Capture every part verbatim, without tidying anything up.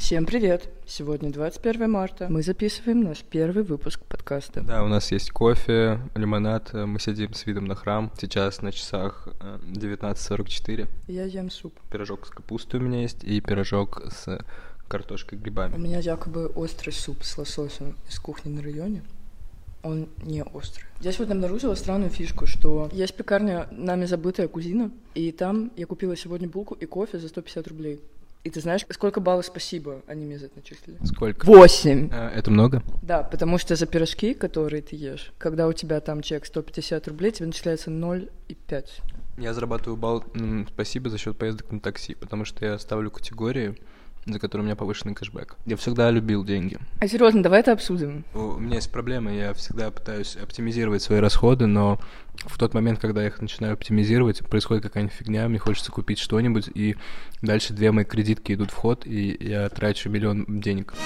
Всем привет! Сегодня двадцать первое марта. Мы записываем наш первый выпуск подкаста. Да, у нас есть кофе, лимонад. Мы сидим с видом на храм. Сейчас на часах девятнадцать сорок четыре. Я ем суп. Пирожок с капустой у меня есть и пирожок с картошкой и грибами. У меня якобы острый суп с лососем из кухни на районе. Он не острый. Я сегодня обнаружила странную фишку, что есть пекарня нами забытая Кузина, и там я купила сегодня булку и кофе за сто пятьдесят рублей. И ты знаешь, сколько баллов спасибо они мне за это начислили? Сколько? Восемь! А, это много? Да, потому что за пирожки, которые ты ешь, когда у тебя там чек сто пятьдесят рублей, тебе начисляется ноль и пять. Я зарабатываю балл м, спасибо за счет поездок на такси, потому что я ставлю категории, за которые у меня повышенный кэшбэк. Я всегда любил деньги. А серьезно, давай это обсудим. У меня есть проблема, я всегда пытаюсь оптимизировать свои расходы, но в тот момент, когда я их начинаю оптимизировать, происходит какая-нибудь фигня, мне хочется купить что-нибудь, и дальше две мои кредитки идут в ход, и я трачу миллион денег.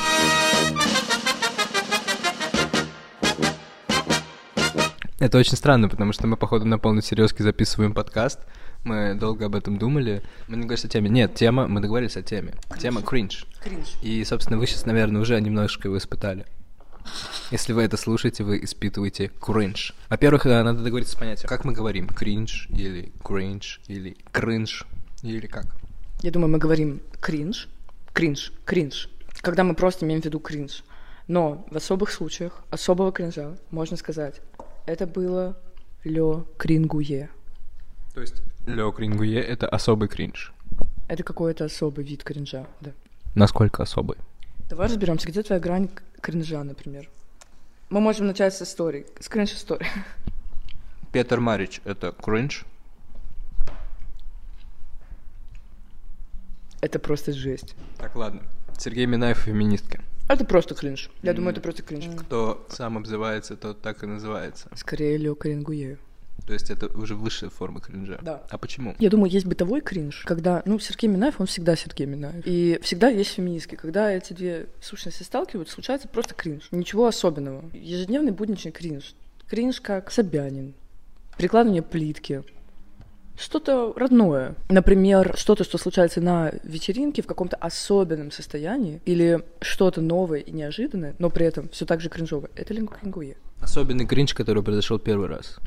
Это очень странно, потому что мы, походу, на полной серьезке записываем подкаст. Мы долго об этом думали. Мы не говорим о теме. Нет, тема, мы договорились о теме. Кринж. Тема кринж. Кринж. И, собственно, вы сейчас, наверное, уже немножечко его испытали. Если вы это слушаете, вы испытываете кринж. Во-первых, надо договориться с понятием. Как мы говорим? Кринж или кринж или кринж или как? Я думаю, мы говорим кринж, кринж, кринж, когда мы просто имеем в виду кринж. Но в особых случаях особого кринжа можно сказать, это было лё крингуе. То есть лё крингуе — это особый кринж? Это какой-то особый вид кринжа, да. Насколько особый? Давай разберемся, где твоя грань кринжа, например. Мы можем начать с истории, с кринж-истории. Петр Марич — это кринж? Это просто жесть. Так, ладно. Сергей Минаев — феминистка. Это просто кринж. Я mm. думаю, это просто кринж. Кто сам обзывается, тот так и называется. Скорее лё крингуе. То есть это уже высшая форма кринжа. Да. А почему? Я думаю, есть бытовой кринж, когда, ну, Сергей Минаев, он всегда Сергей Минаев. И всегда есть феминистки. Когда эти две сущности сталкиваются, случается просто кринж. Ничего особенного. Ежедневный будничный кринж. Кринж как Собянин. Перекладывание плитки. Что-то родное. Например, что-то, что случается на вечеринке в каком-то особенном состоянии, или что-то новое и неожиданное, но при этом все так же кринжовое. Это лингу-крингуе. Особенный кринж, который произошел первый раз.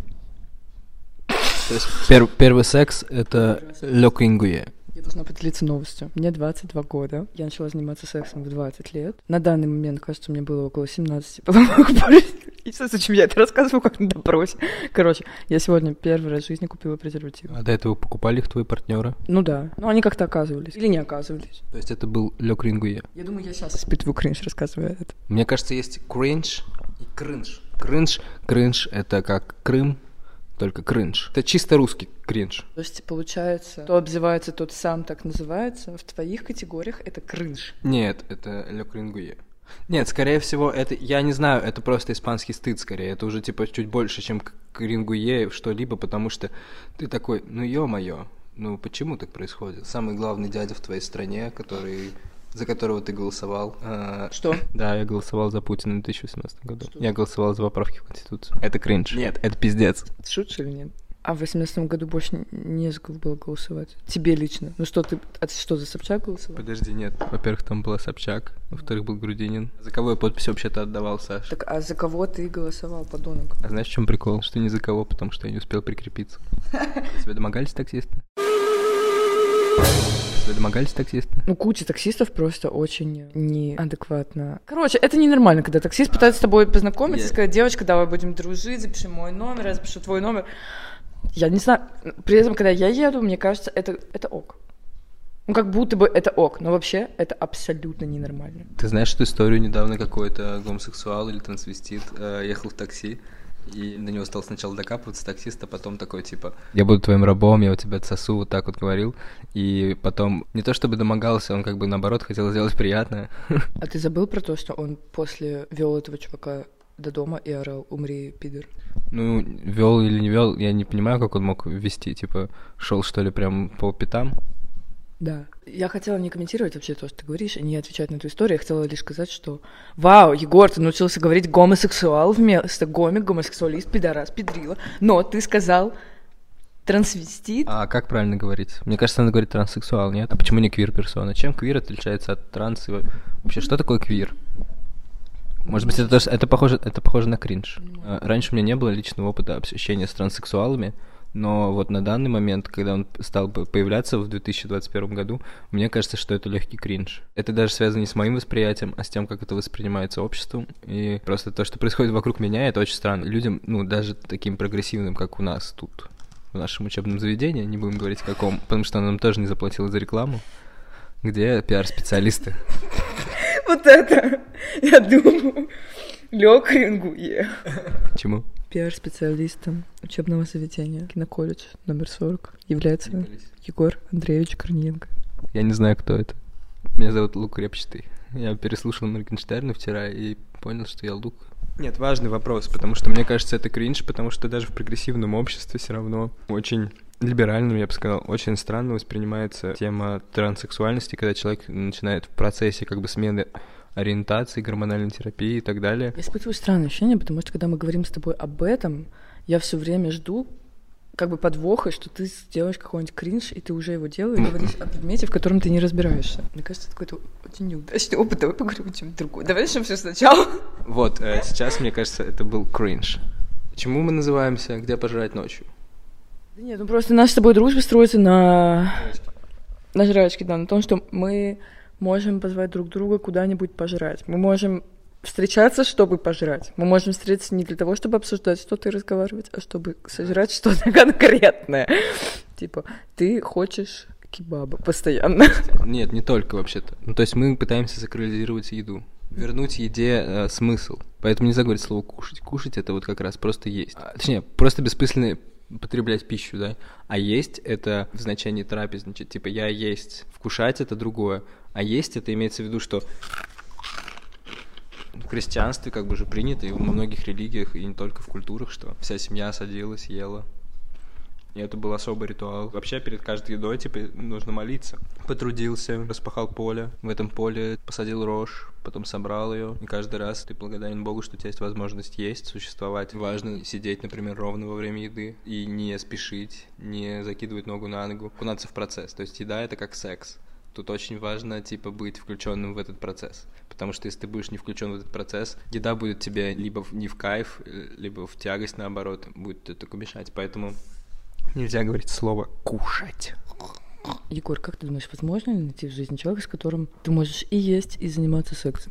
То есть пер- первый секс — это лё крингуе. Я должна поделиться новостью. Мне двадцать два года. Я начала заниматься сексом в двадцать лет. На данный момент, кажется, мне было около семнадцати половых пар. И все, зачем я это рассказываю, как на допросе. Короче, я сегодня первый раз в жизни купила презервативы. А до этого покупали их твои партнеры? Ну да. Но они как-то оказывались. Или не оказывались. То есть это был лё крингуе? Я думаю, я сейчас испытываю кринж, рассказывая это. Мне кажется, есть кринж и кринж. Кринж, кринж — это как Крым, только кринж. Это чисто русский кринж. То есть, получается, кто обзывается, тот сам так называется. В твоих категориях это кринж. Нет, это лё крингуе. Нет, скорее всего, это, я не знаю, это просто испанский стыд скорее. Это уже типа чуть больше, чем крингуе что-либо, потому что ты такой, ну ё-моё, ну почему так происходит? Самый главный дядя в твоей стране, который... за которого ты голосовал. Что? Да, я голосовал за Путина в две тысячи восемнадцатом году. Что? Я голосовал за поправки в Конституцию. Это кринж. Нет, это пиздец. Ты шутишь или нет? А в восемнадцатом году больше не за кого было голосовать? Тебе лично? Ну что, ты, а ты что, за Собчак голосовал? Подожди, нет. Во-первых, там была Собчак, во-вторых, был Грудинин. За кого я подпись вообще-то отдавал, Саш? Так, а за кого ты голосовал, подонок? А знаешь, в чем прикол? Что не за кого, потому что я не успел прикрепиться. Тебе домогались таксисты? Тебе домогались таксисты? Ну, куча таксистов просто очень неадекватно. Короче, это ненормально, когда таксист пытается с тобой познакомиться, yeah. сказать, девочка, давай будем дружить, запиши мой номер, я запишу твой номер. Я не знаю, при этом, когда я еду, мне кажется, это, это ок. Ну, как будто бы это ок, но вообще это абсолютно ненормально. Ты знаешь эту историю? Недавно какой-то гомосексуал или трансвестит э, ехал в такси, и на него стал сначала докапываться таксист, а потом такой, типа, я буду твоим рабом, я у тебя отсосу, вот так вот говорил. И потом, не то чтобы домогался, он как бы наоборот хотел сделать приятное. А ты забыл про то, что он после вел этого чувака до дома и орал: умри, пидор? Ну, вел или не вел, я не понимаю, как он мог вести, типа, шел что ли прям по пятам? Да. Я хотела не комментировать вообще то, что ты говоришь, и не отвечать на эту историю. Я хотела лишь сказать, что вау, Егор, ты научился говорить гомосексуал вместо гомик, гомосексуалист, пидорас, педрила. Но ты сказал трансвестит. А как правильно говорить? Мне кажется, надо говорить транссексуал, нет? А почему не квир-персона? Чем квир отличается от транс? Вообще, что такое квир? Может быть, это, тоже, это, похоже, это похоже на кринж. Раньше у меня не было личного опыта общения с транссексуалами, но вот на данный момент, когда он стал появляться в две тысячи двадцать первом году, мне кажется, что это легкий кринж. Это даже связано не с моим восприятием, а с тем, как это воспринимается обществом. И просто то, что происходит вокруг меня, это очень странно. Людям, ну, даже таким прогрессивным, как у нас тут, в нашем учебном заведении, не будем говорить каком, потому что она нам тоже не заплатила за рекламу, где пиар-специалисты. Вот это, я думаю, Лё крингуе. Чему? Пиар-специалистом учебного заведения киноколледж номер сорок является Егор Андреевич Корниенко. Я не знаю, кто это. Меня зовут Лук Репчатый. Я переслушал Моргенштерна вчера и понял, что я Лук. Нет, важный вопрос, потому что мне кажется, это кринж, потому что даже в прогрессивном обществе все равно очень либеральным, я бы сказал, очень странно воспринимается тема транссексуальности, когда человек начинает в процессе как бы смены ориентации, гормональной терапии и так далее. Я испытываю странное ощущение, потому что когда мы говорим с тобой об этом, я все время жду как бы подвоха, что ты сделаешь какой-нибудь кринж, и ты уже его делаешь, и говоришь о предмете, в котором ты не разбираешься. Мне кажется, это какой-то очень неудачный опыт. Давай поговорим о чем-то другом. Давай начнем все сначала. Вот, э, сейчас, мне кажется, это был кринж. Чему мы называемся «Где пожрать ночью»? Да нет, ну просто наша с тобой дружба строится на... На жрачке, да, на том, что мы можем позвать друг друга куда-нибудь пожрать. Мы можем встречаться, чтобы пожрать. Мы можем встретиться не для того, чтобы обсуждать что-то и разговаривать, а чтобы сожрать что-то конкретное. Типа, ты хочешь кебаба постоянно. Нет, не только вообще-то. Ну, то есть мы пытаемся сакрализировать еду. Вернуть еде э, смысл. Поэтому нельзя говорить слово «кушать». Кушать — это вот как раз просто есть. А, точнее, просто бессмысленно потреблять пищу, да? А есть — это в значении трапезничать. Типа я есть. Вкушать — это другое. А есть — это имеется в виду, что в христианстве как бы же принято, и во многих религиях, и не только в культурах, что вся семья садилась, ела. И это был особый ритуал. Вообще перед каждой едой типа нужно молиться. Потрудился, распахал поле. В этом поле посадил рожь, потом собрал ее. И каждый раз ты благодарен Богу, что у тебя есть возможность есть, существовать. Важно сидеть, например, ровно во время еды и не спешить, не закидывать ногу на ногу, окунаться в процесс. То есть еда — это как секс. Тут очень важно, типа, быть включенным в этот процесс. Потому что если ты будешь не включен в этот процесс, еда будет тебе либо не в кайф, либо в тягость, наоборот, будет только мешать. Поэтому нельзя говорить слово «кушать». Егор, как ты думаешь, возможно ли найти в жизни человека, с которым ты можешь и есть, и заниматься сексом?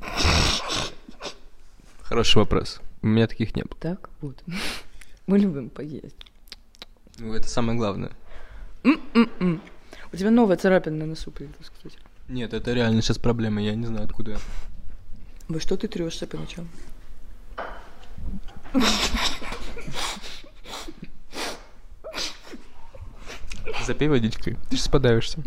Хороший вопрос. У меня таких не было. Так, вот. Мы любим поесть. Ну, это самое главное. М-м-м. У тебя новая царапина на носу появилась, кстати. Нет, это реально сейчас проблема, я не знаю, откуда я. Во что ты трёшься по ночам? Запей водичкой, ты же подавишься.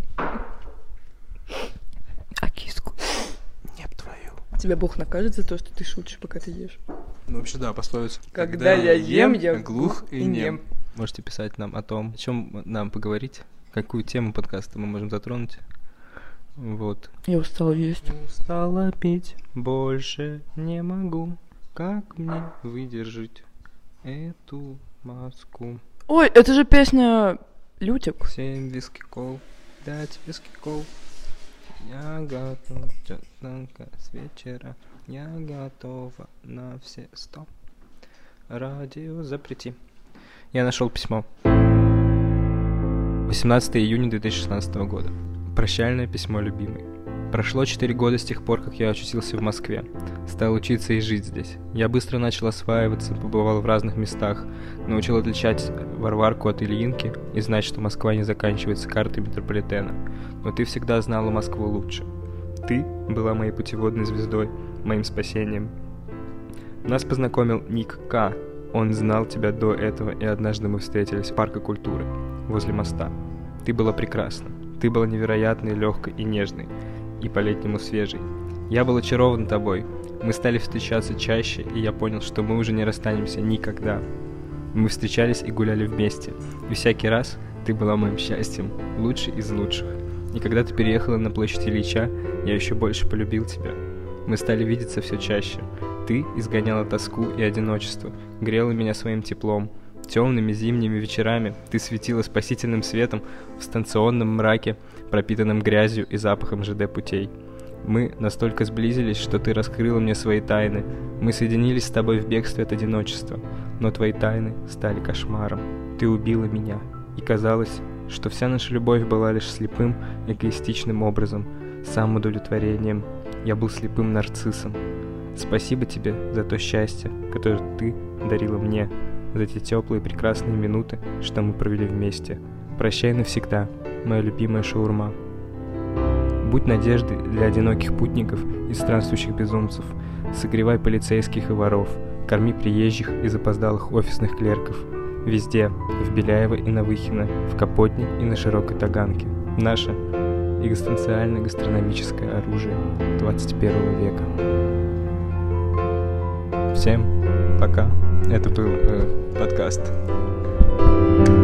А киску? Нет, твою. Тебя Бог накажет за то, что ты шутишь, пока ты ешь. Ну, вообще, да, пословица. Когда, Когда я ем, я глух и нем. Можете писать нам о том, о чем нам поговорить, какую тему подкаста мы можем затронуть. Вот. Я устала есть. Устала пить, больше не могу. Как мне выдержать эту маску? Ой, это же песня Лютик. Семь виски кол, дать виски кол. Я готов, тётонька, с вечера. Я готова на все сто. Радио запрети. Я нашел письмо. восемнадцатого июня две тысячи шестнадцатого года. Прощальное письмо любимой. Прошло четыре года с тех пор, как я очутился в Москве. Стал учиться и жить здесь. Я быстро начал осваиваться, побывал в разных местах, научил отличать Варварку от Ильинки и знать, что Москва не заканчивается картой метрополитена. Но ты всегда знала Москву лучше. Ты была моей путеводной звездой, моим спасением. Нас познакомил Ник К. Он знал тебя до этого, и однажды мы встретились в парке культуры, возле моста. Ты была прекрасна. Ты была невероятной, легкой и нежной, и по-летнему свежей. Я был очарован тобой. Мы стали встречаться чаще, и я понял, что мы уже не расстанемся никогда. Мы встречались и гуляли вместе, и всякий раз ты была моим счастьем, лучшей из лучших. И когда ты переехала на площадь Ильича, я еще больше полюбил тебя. Мы стали видеться все чаще. Ты изгоняла тоску и одиночество, грела меня своим теплом. Темными зимними вечерами ты светила спасительным светом в станционном мраке, пропитанном грязью и запахом ЖД-путей. Мы настолько сблизились, что ты раскрыла мне свои тайны. Мы соединились с тобой в бегстве от одиночества, но твои тайны стали кошмаром. Ты убила меня, и казалось, что вся наша любовь была лишь слепым, эгоистичным образом, самоудовлетворением. Я был слепым нарциссом. Спасибо тебе за то счастье, которое ты дарила мне, за те теплые прекрасные минуты, что мы провели вместе. Прощай навсегда, моя любимая шаурма. Будь надеждой для одиноких путников и странствующих безумцев. Согревай полицейских и воров. Корми приезжих и запоздалых офисных клерков. Везде, в Беляево и на Выхино, в Капотне и на Широкой Таганке. Наше экзистенциально-гастрономическое оружие двадцать первого века. Всем пока. Это был э, подкаст.